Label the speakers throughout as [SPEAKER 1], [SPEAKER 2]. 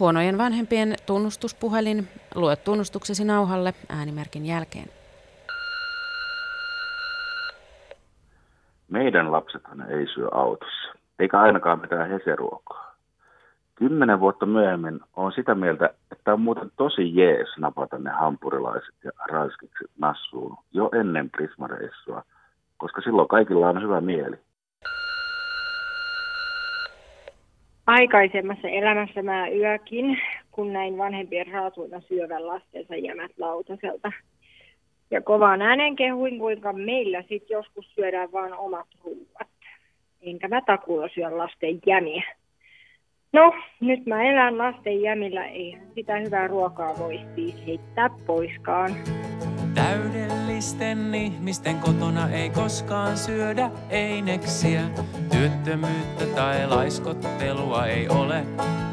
[SPEAKER 1] Huonojen vanhempien tunnustuspuhelin. Lue tunnustuksesi nauhalle äänimerkin jälkeen.
[SPEAKER 2] Meidän lapsethan ei syö autossa, eikä ainakaan mitään heseruokaa. 10 vuotta myöhemmin on sitä mieltä, että on muuten tosi jees napata ne hampurilaiset ja raiskikset nassuun jo ennen Prisma-reissua, koska silloin kaikilla on hyvä mieli.
[SPEAKER 3] Aikaisemmassa elämässä mä yökin, kun näin vanhempien raatuina syövän lastensa jämät lautaselta. Ja kovaan äänen kehuin, kuinka meillä sit joskus syödään vaan omat ruuat. Enkä mä takuulla syö lasten jämiä. No, nyt mä elän lasten jämillä, eihän sitä hyvää ruokaa voi siis heittää poiskaan.
[SPEAKER 4] Täydellisten ihmisten kotona ei koskaan syödä eineksiä. Työttömyyttä tai laiskottelua ei ole.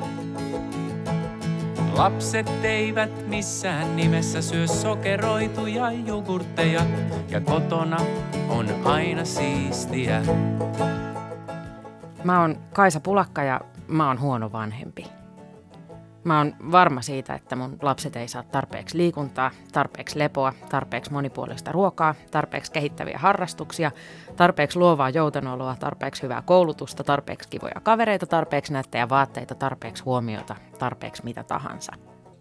[SPEAKER 4] Lapset eivät missään nimessä syö sokeroituja jogurtteja. Ja kotona on aina siistiä.
[SPEAKER 1] Mä oon Kaisa Pulakka ja mä oon huono vanhempi. Mä oon varma siitä, että mun lapset ei saa tarpeeksi liikuntaa, tarpeeksi lepoa, tarpeeksi monipuolista ruokaa, tarpeeksi kehittäviä harrastuksia, tarpeeksi luovaa joutenoloa, tarpeeksi hyvää koulutusta, tarpeeksi kivoja kavereita, tarpeeksi nättejä vaatteita, tarpeeksi huomiota, tarpeeksi mitä tahansa.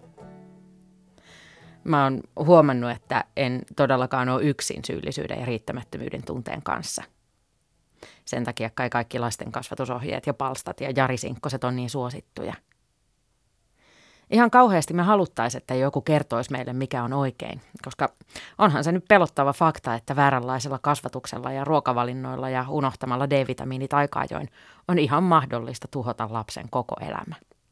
[SPEAKER 1] Mä oon huomannut, että en todellakaan ole yksin syyllisyyden ja riittämättömyyden tunteen kanssa. Sen takia kai kaikki lasten kasvatusohjeet ja palstat ja Jari Sinkkoset on niin suosittuja. Ihan kauheasti me haluttaisiin, että joku kertoisi meille, mikä on oikein, koska onhan se nyt pelottava fakta, että vääränlaisella kasvatuksella ja ruokavalinnoilla ja unohtamalla D-vitamiinit aika ajoin on ihan mahdollista tuhota lapsen koko elämä.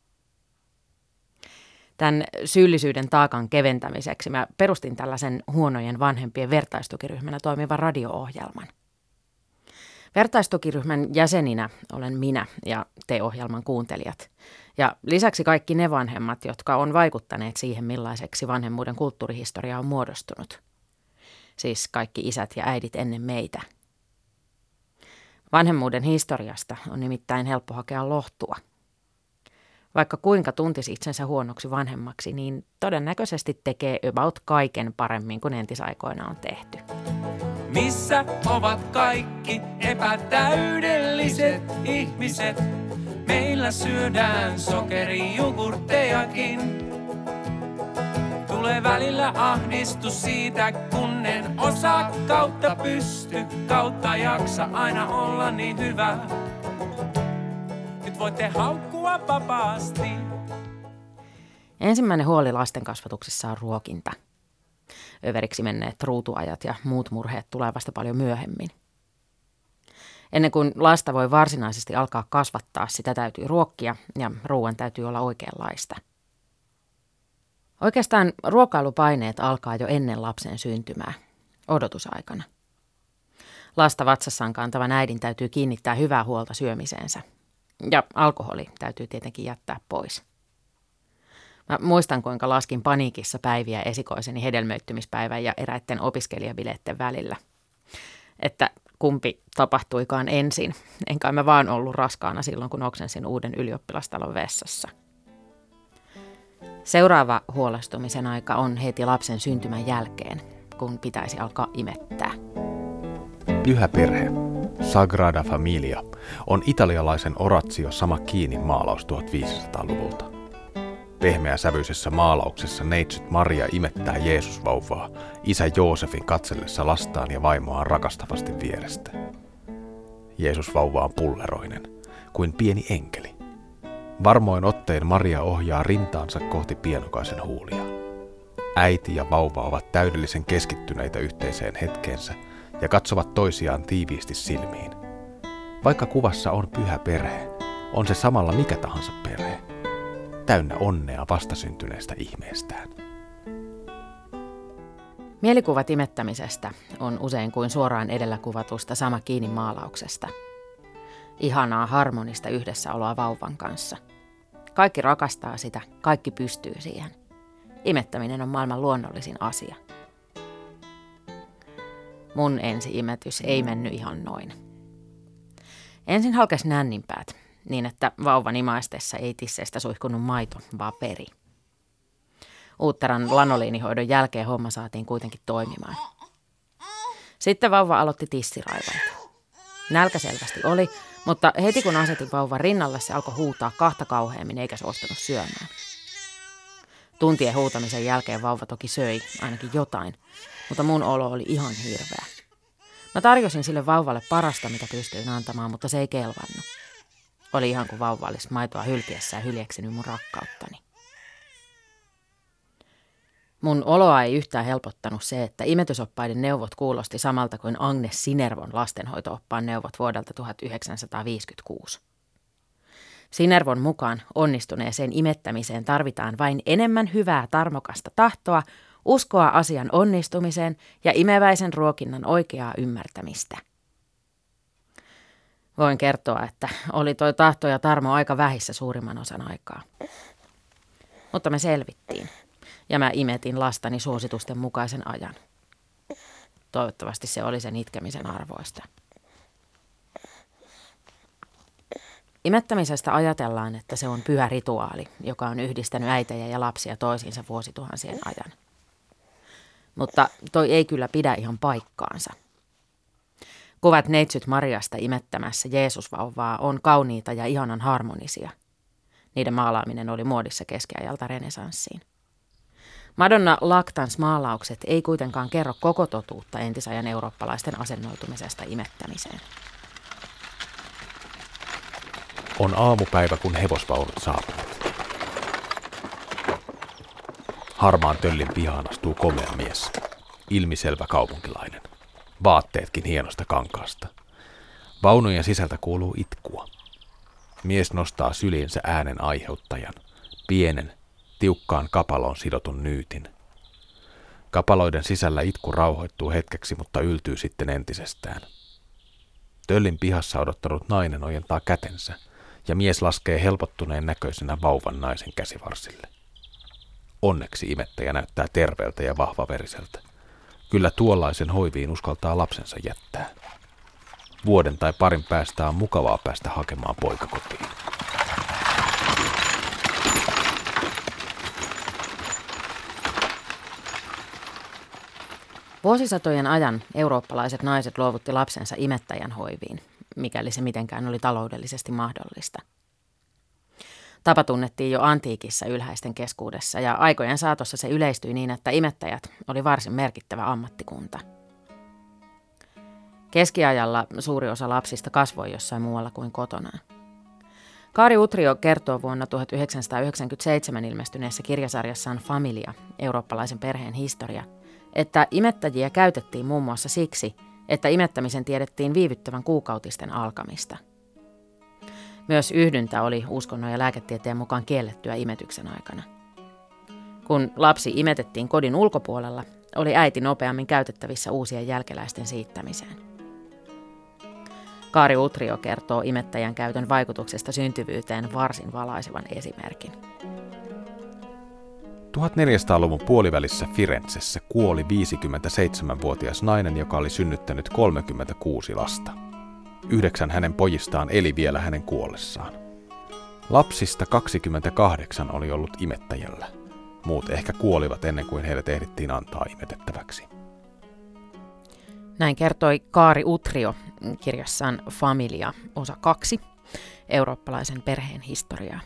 [SPEAKER 1] Tämän syyllisyyden taakan keventämiseksi mä perustin tällaisen huonojen vanhempien vertaistukiryhmänä toimivan radio-ohjelman. Vertaistukiryhmän jäseninä olen minä ja te ohjelman kuuntelijat. Ja lisäksi kaikki ne vanhemmat, jotka on vaikuttaneet siihen, millaiseksi vanhemmuuden kulttuurihistoria on muodostunut. Siis kaikki isät ja äidit ennen meitä. Vanhemmuuden historiasta on nimittäin helppo hakea lohtua. Vaikka kuinka tuntisi itsensä huonoksi vanhemmaksi, niin todennäköisesti tekee about kaiken paremmin kuin entisaikoina on tehty.
[SPEAKER 4] Missä ovat kaikki epätäydelliset ihmiset? Meillä syödään sokerijogurttejakin. Tulee välillä ahdistus siitä, kun en osaa kautta pysty, kautta jaksa aina olla niin hyvä. Nyt voitte haukkua vapaasti.
[SPEAKER 1] Ensimmäinen huoli lasten kasvatuksessa on ruokinta. Överiksi menneet ruutuajat ja muut murheet tulee vasta paljon myöhemmin. Ennen kuin lasta voi varsinaisesti alkaa kasvattaa, sitä täytyy ruokkia ja ruoan täytyy olla oikeanlaista. Oikeastaan ruokailupaineet alkaa jo ennen lapsen syntymää, odotusaikana. Lasta vatsassaan kantavan äidin täytyy kiinnittää hyvää huolta syömiseensä. Ja alkoholi täytyy tietenkin jättää pois. Mä muistan, kuinka laskin paniikissa päiviä esikoiseni hedelmöittymispäivän ja eräitten opiskelijabileitten välillä. Että kumpi tapahtuikaan ensin. Enkä mä vaan ollut raskaana silloin, kun oksensin uuden ylioppilastalon vessassa. Seuraava huolestumisen aika on heti lapsen syntymän jälkeen, kun pitäisi alkaa imettää.
[SPEAKER 5] Pyhä perhe, Sagrada Familia, on italialaisen Orazio Sammartinin maalaus 1500-luvulta. Pehmeäsävyisessä maalauksessa neitsyt Maria imettää Jeesusvauvaa isä Joosefin katsellessa lastaan ja vaimoaan rakastavasti vierestä. Jeesusvauva on pulleroinen, kuin pieni enkeli. Varmoin ottein Maria ohjaa rintaansa kohti pienokaisen huulia. Äiti ja vauva ovat täydellisen keskittyneitä yhteiseen hetkeensä ja katsovat toisiaan tiiviisti silmiin. Vaikka kuvassa on pyhä perhe, on se samalla mikä tahansa perhe. Täynnä onnea vastasyntyneestä ihmeestään.
[SPEAKER 1] Mielikuvat imettämisestä on usein kuin suoraan edellä kuvatusta Sammartinin maalauksesta. Ihanaa harmonista yhdessäoloa vauvan kanssa. Kaikki rakastaa sitä, kaikki pystyy siihen. Imettäminen on maailman luonnollisin asia. Mun ensi-imetys ei mennyt ihan noin. Ensin halkesi nänninpäät, niin että vauvan imaistessa ei tisseistä suihkunut maito, vaan peri. Uutteran lanoliinihoidon jälkeen homma saatiin kuitenkin toimimaan. Sitten vauva aloitti tissiraivaita. Nälkä selvästi oli, mutta heti kun asetin vauvan rinnalle, se alkoi huutaa kahta kauheammin eikä suostunut syömään. Tuntien huutamisen jälkeen vauva toki söi, ainakin jotain, mutta mun olo oli ihan hirveä. Mä tarjosin sille vauvalle parasta, mitä pystyin antamaan, mutta se ei kelvannut. Oli ihan kuin vauva olisi maitoa hylkiessään hyljeksinyt mun rakkauttani. Mun oloa ei yhtään helpottanut se, että imetysoppaiden neuvot kuulosti samalta kuin Agnes Sinervon lastenhoito-oppaan neuvot vuodelta 1956. Sinervon mukaan onnistuneeseen imettämiseen tarvitaan vain enemmän hyvää tarmokasta tahtoa, uskoa asian onnistumiseen ja imeväisen ruokinnan oikeaa ymmärtämistä. Voin kertoa, että oli toi tahto ja tarmo aika vähissä suurimman osan aikaa. Mutta me selvittiin. Ja mä imetin lastani suositusten mukaisen ajan. Toivottavasti se oli sen itkemisen arvoista. Imettämisestä ajatellaan, että se on pyhä rituaali, joka on yhdistänyt äitejä ja lapsia toisiinsa vuosituhansien ajan. Mutta toi ei kyllä pidä ihan paikkaansa. Kuvat neitsyt Mariasta imettämässä Jeesusvauvaa on kauniita ja ihanan harmonisia. Niiden maalaaminen oli muodissa keskiajalta renesanssiin. Madonna Lactans-maalaukset ei kuitenkaan kerro koko totuutta entisajan eurooppalaisten asennoitumisesta imettämiseen.
[SPEAKER 5] On aamupäivä, kun hevosvaunut saapuvat. Harmaan töllin pihaan astuu komea mies, ilmiselvä kaupunkilainen. Vaatteetkin hienosta kankaasta. Vaunujen sisältä kuuluu itkua. Mies nostaa syliinsä äänen aiheuttajan, pienen, tiukkaan kapaloon sidotun nyytin. Kapaloiden sisällä itku rauhoittuu hetkeksi, mutta yltyy sitten entisestään. Töllin pihassa odottanut nainen ojentaa kätensä, ja mies laskee helpottuneen näköisenä vauvan naisen käsivarsille. Onneksi imettäjä näyttää terveeltä ja vahvaveriseltä. Kyllä tuollaisen hoiviin uskaltaa lapsensa jättää. Vuoden tai parin päästä on mukavaa päästä hakemaan poika kotiin.
[SPEAKER 1] Vuosisatojen ajan eurooppalaiset naiset luovutti lapsensa imettäjän hoiviin, mikäli se mitenkään oli taloudellisesti mahdollista. Tapa tunnettiin jo antiikissa ylhäisten keskuudessa ja aikojen saatossa se yleistyi niin, että imettäjät oli varsin merkittävä ammattikunta. Keskiajalla suuri osa lapsista kasvoi jossain muualla kuin kotonaan. Kaari Utrio kertoo vuonna 1997 ilmestyneessä kirjasarjassaan Familia, eurooppalaisen perheen historia, että imettäjiä käytettiin muun muassa siksi, että imettämisen tiedettiin viivyttävän kuukautisten alkamista. Myös yhdyntä oli uskonnon ja lääketieteen mukaan kiellettyä imetyksen aikana. Kun lapsi imetettiin kodin ulkopuolella, oli äiti nopeammin käytettävissä uusien jälkeläisten siittämiseen. Kaari Utrio kertoo imettäjän käytön vaikutuksesta syntyvyyteen varsin valaisevan esimerkin.
[SPEAKER 5] 1400-luvun puolivälissä Firenzessä kuoli 57-vuotias nainen, joka oli synnyttänyt 36 lasta. 9 hänen pojistaan eli vielä hänen kuollessaan. Lapsista 28 oli ollut imettäjällä. Muut ehkä kuolivat ennen kuin heidät ehdittiin antaa imetettäväksi.
[SPEAKER 1] Näin kertoi Kaari Utrio kirjassaan Familia, osa 2, eurooppalaisen perheen historiaa.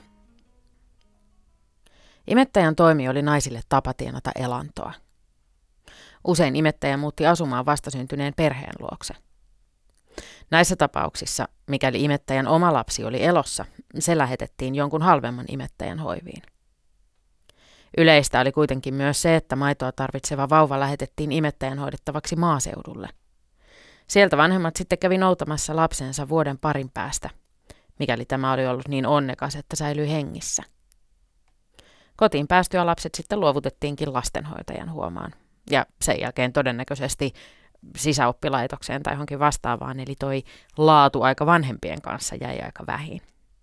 [SPEAKER 1] Imettäjän toimi oli naisille tapa tienata elantoa. Usein imettäjä muutti asumaan vastasyntyneen perheen luokse. Näissä tapauksissa, mikäli imettäjän oma lapsi oli elossa, se lähetettiin jonkun halvemman imettäjän hoiviin. Yleistä oli kuitenkin myös se, että maitoa tarvitseva vauva lähetettiin imettäjän hoidettavaksi maaseudulle. Sieltä vanhemmat sitten kävi noutamassa lapsensa vuoden parin päästä, mikäli tämä oli ollut niin onnekas, että säilyi hengissä. Kotiin päästyä lapset sitten luovutettiinkin lastenhoitajan huomaan, ja sen jälkeen todennäköisesti sisäoppilaitokseen tai johonkin vastaavaan, eli toi laatu aika vanhempien kanssa jäi aika vähin.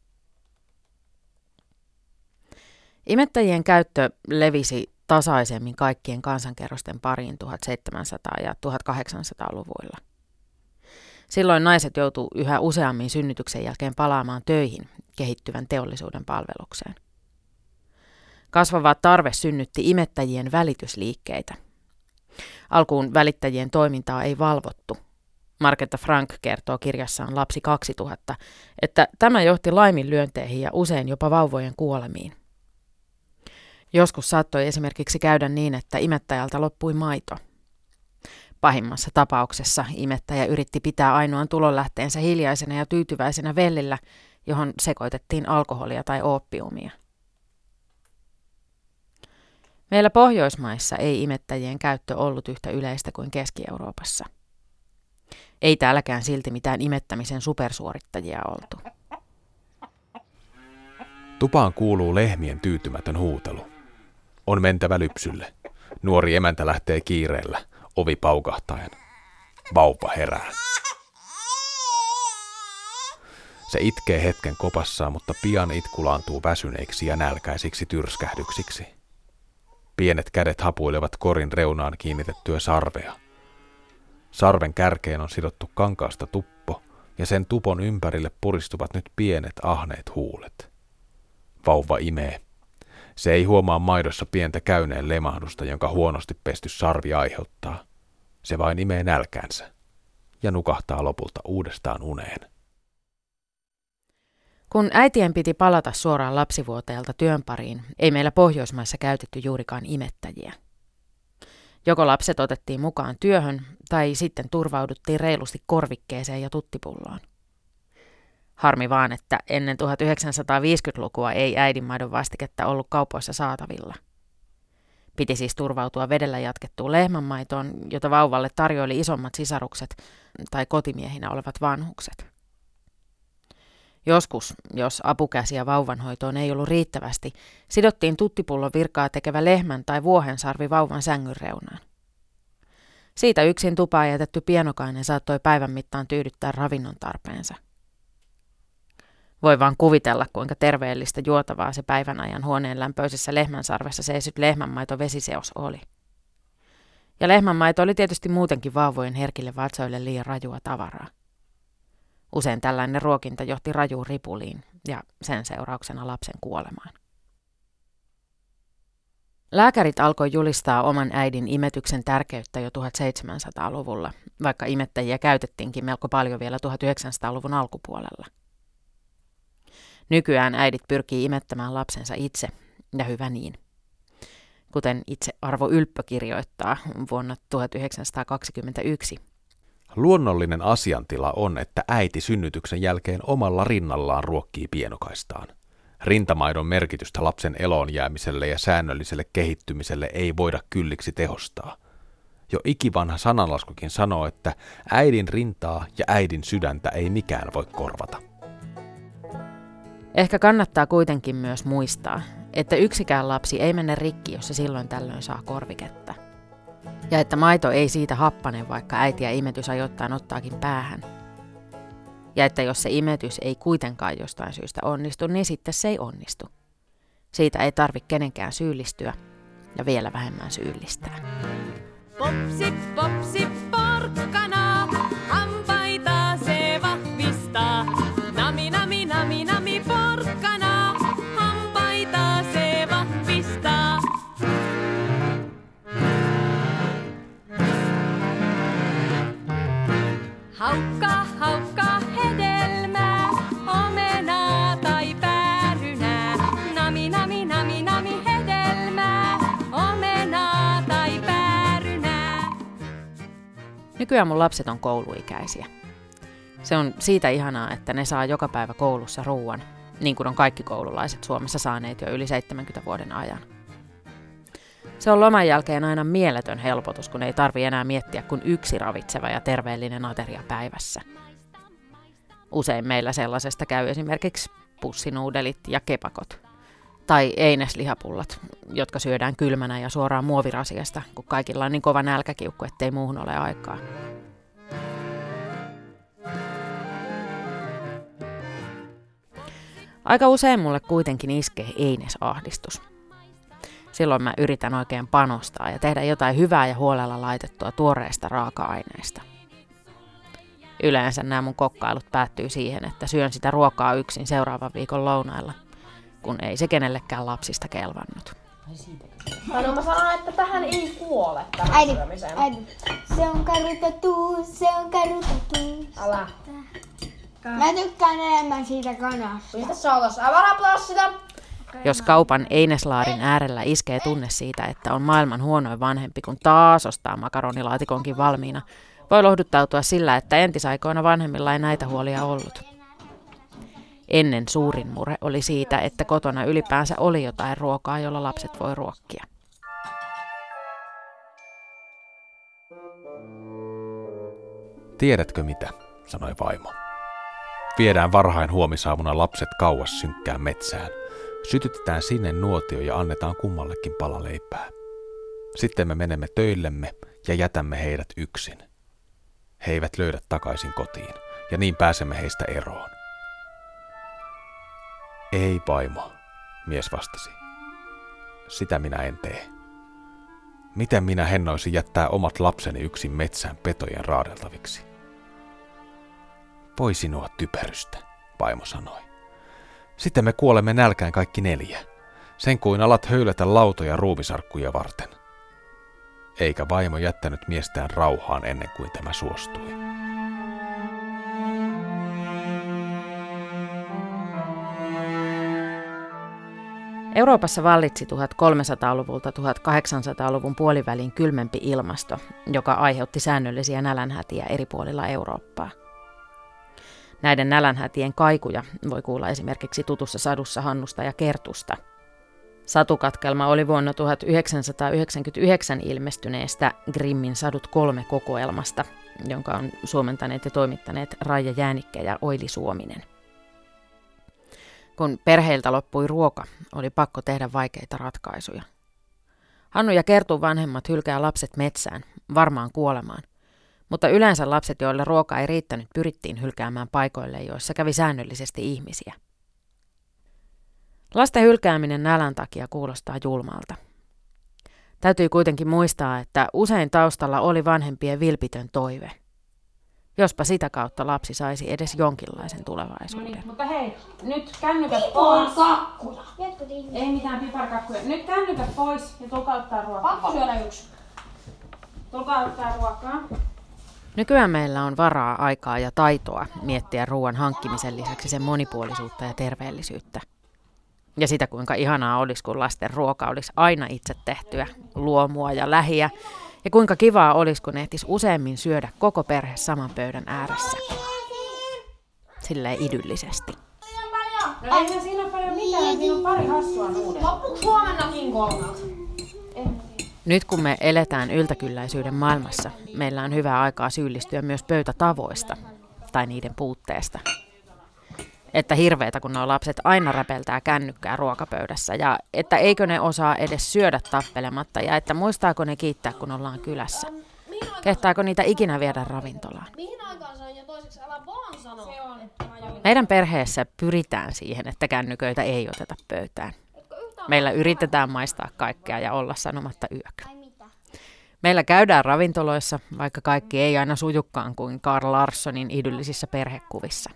[SPEAKER 1] Imettäjien käyttö levisi tasaisemmin kaikkien kansankerrosten pariin 1700- ja 1800-luvuilla. Silloin naiset joutuu yhä useammin synnytyksen jälkeen palaamaan töihin kehittyvän teollisuuden palvelukseen. Kasvava tarve synnytti imettäjien välitysliikkeitä. Alkuun välittäjien toimintaa ei valvottu. Marketta Frank kertoo kirjassaan Lapsi 2000, että tämä johti laiminlyönteihin ja usein jopa vauvojen kuolemiin. Joskus saattoi esimerkiksi käydä niin, että imettäjältä loppui maito. Pahimmassa tapauksessa imettäjä yritti pitää ainoan tulonlähteensä hiljaisena ja tyytyväisenä vellillä, johon sekoitettiin alkoholia tai ooppiumia. Meillä Pohjoismaissa ei imettäjien käyttö ollut yhtä yleistä kuin Keski-Euroopassa. Ei täälläkään silti mitään imettämisen supersuorittajia oltu.
[SPEAKER 5] Tupaan kuuluu lehmien tyytymätön huutelu. On mentävä lypsylle. Nuori emäntä lähtee kiireellä, ovi paukahtaen. Vauva herää. Se itkee hetken kopassaan, mutta pian itku laantuu väsyneiksi ja nälkäisiksi tyrskähdyksiksi. Pienet kädet hapuilevat korin reunaan kiinnitettyä sarvea. Sarven kärkeen on sidottu kankaasta tuppo, ja sen tupon ympärille puristuvat nyt pienet ahneet huulet. Vauva imee. Se ei huomaa maidossa pientä käyneen lemahdusta, jonka huonosti pesty sarvi aiheuttaa. Se vain imee nälkänsä ja nukahtaa lopulta uudestaan uneen.
[SPEAKER 1] Kun äitien piti palata suoraan lapsivuoteelta työn pariin, ei meillä Pohjoismaissa käytetty juurikaan imettäjiä. Joko lapset otettiin mukaan työhön, tai sitten turvauduttiin reilusti korvikkeeseen ja tuttipulloon. Harmi vaan, että ennen 1950-lukua ei äidinmaidon vastiketta ollut kaupoissa saatavilla. Piti siis turvautua vedellä jatkettuun lehmänmaitoon, jota vauvalle tarjoili isommat sisarukset tai kotimiehinä olevat vanhukset. Joskus, jos apukäsiä vauvanhoitoon ei ollut riittävästi, sidottiin tuttipullon virkaa tekevä lehmän tai vuohensarvi vauvan sängyn reunaan. Siitä yksin tupaan jätetty pienokainen saattoi päivän mittaan tyydyttää ravinnon tarpeensa. Voi vaan kuvitella, kuinka terveellistä juotavaa se päivän ajan huoneen lämpöisessä lehmänsarvessa seisyt lehmänmaito vesiseos oli. Ja lehmänmaito oli tietysti muutenkin vauvojen herkille vatsoille liian rajua tavaraa. Usein tällainen ruokinta johti rajuun ripuliin ja sen seurauksena lapsen kuolemaan. Lääkärit alkoi julistaa oman äidin imetyksen tärkeyttä jo 1700-luvulla, vaikka imettäjiä käytettiinkin melko paljon vielä 1900-luvun alkupuolella. Nykyään äidit pyrkii imettämään lapsensa itse, ja hyvä niin. Kuten itse Arvo Ylppö kirjoittaa vuonna 1921.
[SPEAKER 5] Luonnollinen asiantila on, että äiti synnytyksen jälkeen omalla rinnallaan ruokkii pienokaistaan. Rintamaidon merkitystä lapsen eloon jäämiselle ja säännölliselle kehittymiselle ei voida kylliksi tehostaa. Jo ikivanha sananlaskukin sanoo, että äidin rintaa ja äidin sydäntä ei mikään voi korvata.
[SPEAKER 1] Ehkä kannattaa kuitenkin myös muistaa, että yksikään lapsi ei mene rikki, jos se silloin tällöin saa korviketta. Ja että maito ei siitä happane, vaikka äiti ja imetys ajoittain ottaakin päähän. Ja että jos se imetys ei kuitenkaan jostain syystä onnistu, niin sitten se ei onnistu. Siitä ei tarvitse kenenkään syyllistyä ja vielä vähemmän syyllistää.
[SPEAKER 6] Popsi, popsi, porkkana, hampaita se vahvistaa. Nami, nami, nami, nami, porkkana, hampaita se vahvistaa. Haukka, haukka, hedelmää, omenaa tai päärynää. Nami, nami, nami, nami, hedelmää, omenaa tai päärynää.
[SPEAKER 1] Nykyään mun lapset on kouluikäisiä. Se on siitä ihanaa, että ne saa joka päivä koulussa ruuan, niin kuin on kaikki koululaiset Suomessa saaneet jo yli 70 vuoden ajan. Se on loman jälkeen aina mieletön helpotus, kun ei tarvi enää miettiä kuin yksi ravitseva ja terveellinen ateria päivässä. Usein meillä sellaisesta käy esimerkiksi pussinuudelit ja kepakot. Tai eineslihapullat, jotka syödään kylmänä ja suoraan muovirasiasta, kun kaikilla on niin kova nälkäkiukku, ettei muuhun ole aikaa. Aika usein mulle kuitenkin iskee einesahdistus. Silloin mä yritän oikein panostaa ja tehdä jotain hyvää ja huolella laitettua tuoreesta raaka-aineesta. Yleensä nämä mun kokkailut päättyy siihen, että syön sitä ruokaa yksin seuraavan viikon lounailla, kun ei se kenellekään lapsista kelvannut.
[SPEAKER 7] No mä sanon, että tähän ei kuole tähän syömiseen.
[SPEAKER 8] Äiti, se on karutettu.
[SPEAKER 7] Älä.
[SPEAKER 8] Mä tykkään enemmän siitä kanasta.
[SPEAKER 7] Mistä sä otas? Älä raplaa sitä.
[SPEAKER 1] Jos kaupan Eineslaarin äärellä iskee tunne siitä, että on maailman huonoin vanhempi, kun taas ostaa makaronilaatikonkin valmiina, voi lohduttautua sillä, että entisaikoina vanhemmilla ei näitä huolia ollut. Ennen suurin murhe oli siitä, että kotona ylipäänsä oli jotain ruokaa, jolla lapset voi ruokkia.
[SPEAKER 5] Tiedätkö mitä, sanoi vaimo. Viedään varhain huomisaamuna lapset kauas synkkään metsään. Sytytetään sinne nuotio ja annetaan kummallekin pala leipää. Sitten me menemme töillemme ja jätämme heidät yksin. He eivät löydä takaisin kotiin, ja niin pääsemme heistä eroon. Ei, vaimo, mies vastasi. Sitä minä en tee. Miten minä hennoisin jättää omat lapseni yksin metsään petojen raadeltaviksi? Voi sinua typerystä, vaimo sanoi. Sitten me kuolemme nälkään kaikki 4, sen kuin alat höylätä lautoja ruumisarkkuja varten. Eikä vaimo jättänyt miestään rauhaan ennen kuin tämä suostui.
[SPEAKER 1] Euroopassa vallitsi 1300-luvulta 1800-luvun puolivälin kylmempi ilmasto, joka aiheutti säännöllisiä nälänhätiä eri puolilla Eurooppaa. Näiden nälänhätien kaikuja voi kuulla esimerkiksi tutussa sadussa Hannusta ja Kertusta. Satukatkelma oli vuonna 1999 ilmestyneestä Grimmin Sadut 3 kokoelmasta, jonka on suomentaneet ja toimittaneet Raija Jäänikke ja Oili Suominen. Kun perheiltä loppui ruoka, oli pakko tehdä vaikeita ratkaisuja. Hannu ja Kertun vanhemmat hylkää lapset metsään, varmaan kuolemaan. Mutta yleensä lapset, joille ruoka ei riittänyt, pyrittiin hylkäämään paikoille, joissa kävi säännöllisesti ihmisiä. Lasten hylkääminen nälän takia kuulostaa julmalta. Täytyy kuitenkin muistaa, että usein taustalla oli vanhempien vilpitön toive. Jospa sitä kautta lapsi saisi edes jonkinlaisen tulevaisuuden.
[SPEAKER 7] No niin, mutta hei, nyt kännykät pois.
[SPEAKER 8] Piparkakkuja.
[SPEAKER 7] Ei mitään piparkakkuja. Nyt kännykät pois ja tulkaa ottaa ruokaa. Pakko syödä yksi. Tulkaa ottaa ruokaa.
[SPEAKER 1] Nykyään meillä on varaa, aikaa ja taitoa miettiä ruoan hankkimisen lisäksi sen monipuolisuutta ja terveellisyyttä. Ja sitä, kuinka ihanaa olisi, kun lasten ruoka olisi aina itse tehtyä, luomua ja lähiä. Ja kuinka kivaa olisi, kun ehtisi useammin syödä koko perhe saman pöydän ääressä. Silleen idyllisesti.
[SPEAKER 7] No eihän siinä ole paljon mitään, siinä on pari hassua nuudella. Loppuksi huomennakin 3.
[SPEAKER 1] Nyt kun me eletään yltäkylläisyyden maailmassa, meillä on hyvää aikaa syyllistyä myös pöytätavoista tai niiden puutteesta. Että hirveetä, kun nuo lapset aina räpeltää kännykkää ruokapöydässä ja että eikö ne osaa edes syödä tappelematta ja että muistaako ne kiittää, kun ollaan kylässä. Kehtaako niitä ikinä viedä ravintolaan?
[SPEAKER 7] Mihin aikaan se on ja toiseksi älä vaan sano. Se on.
[SPEAKER 1] Meidän perheessä pyritään siihen, että kännyköitä ei oteta pöytään. Meillä yritetään maistaa kaikkea ja olla sanomatta yök. Meillä käydään ravintoloissa, vaikka kaikki ei aina sujukkaan kuin Carl Larssonin idyllisissä perhekuvissa.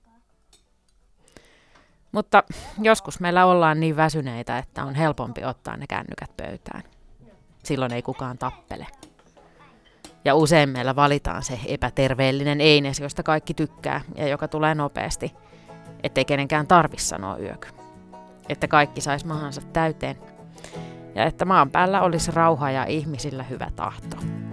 [SPEAKER 1] Mutta joskus meillä ollaan niin väsyneitä, että on helpompi ottaa ne kännykät pöytään. Silloin ei kukaan tappele. Ja usein meillä valitaan se epäterveellinen eines, josta kaikki tykkää ja joka tulee nopeasti, ettei kenenkään tarvitse sanoa yök. Että kaikki sais mahansa täyteen ja että maan päällä olisi rauha ja ihmisillä hyvä tahto.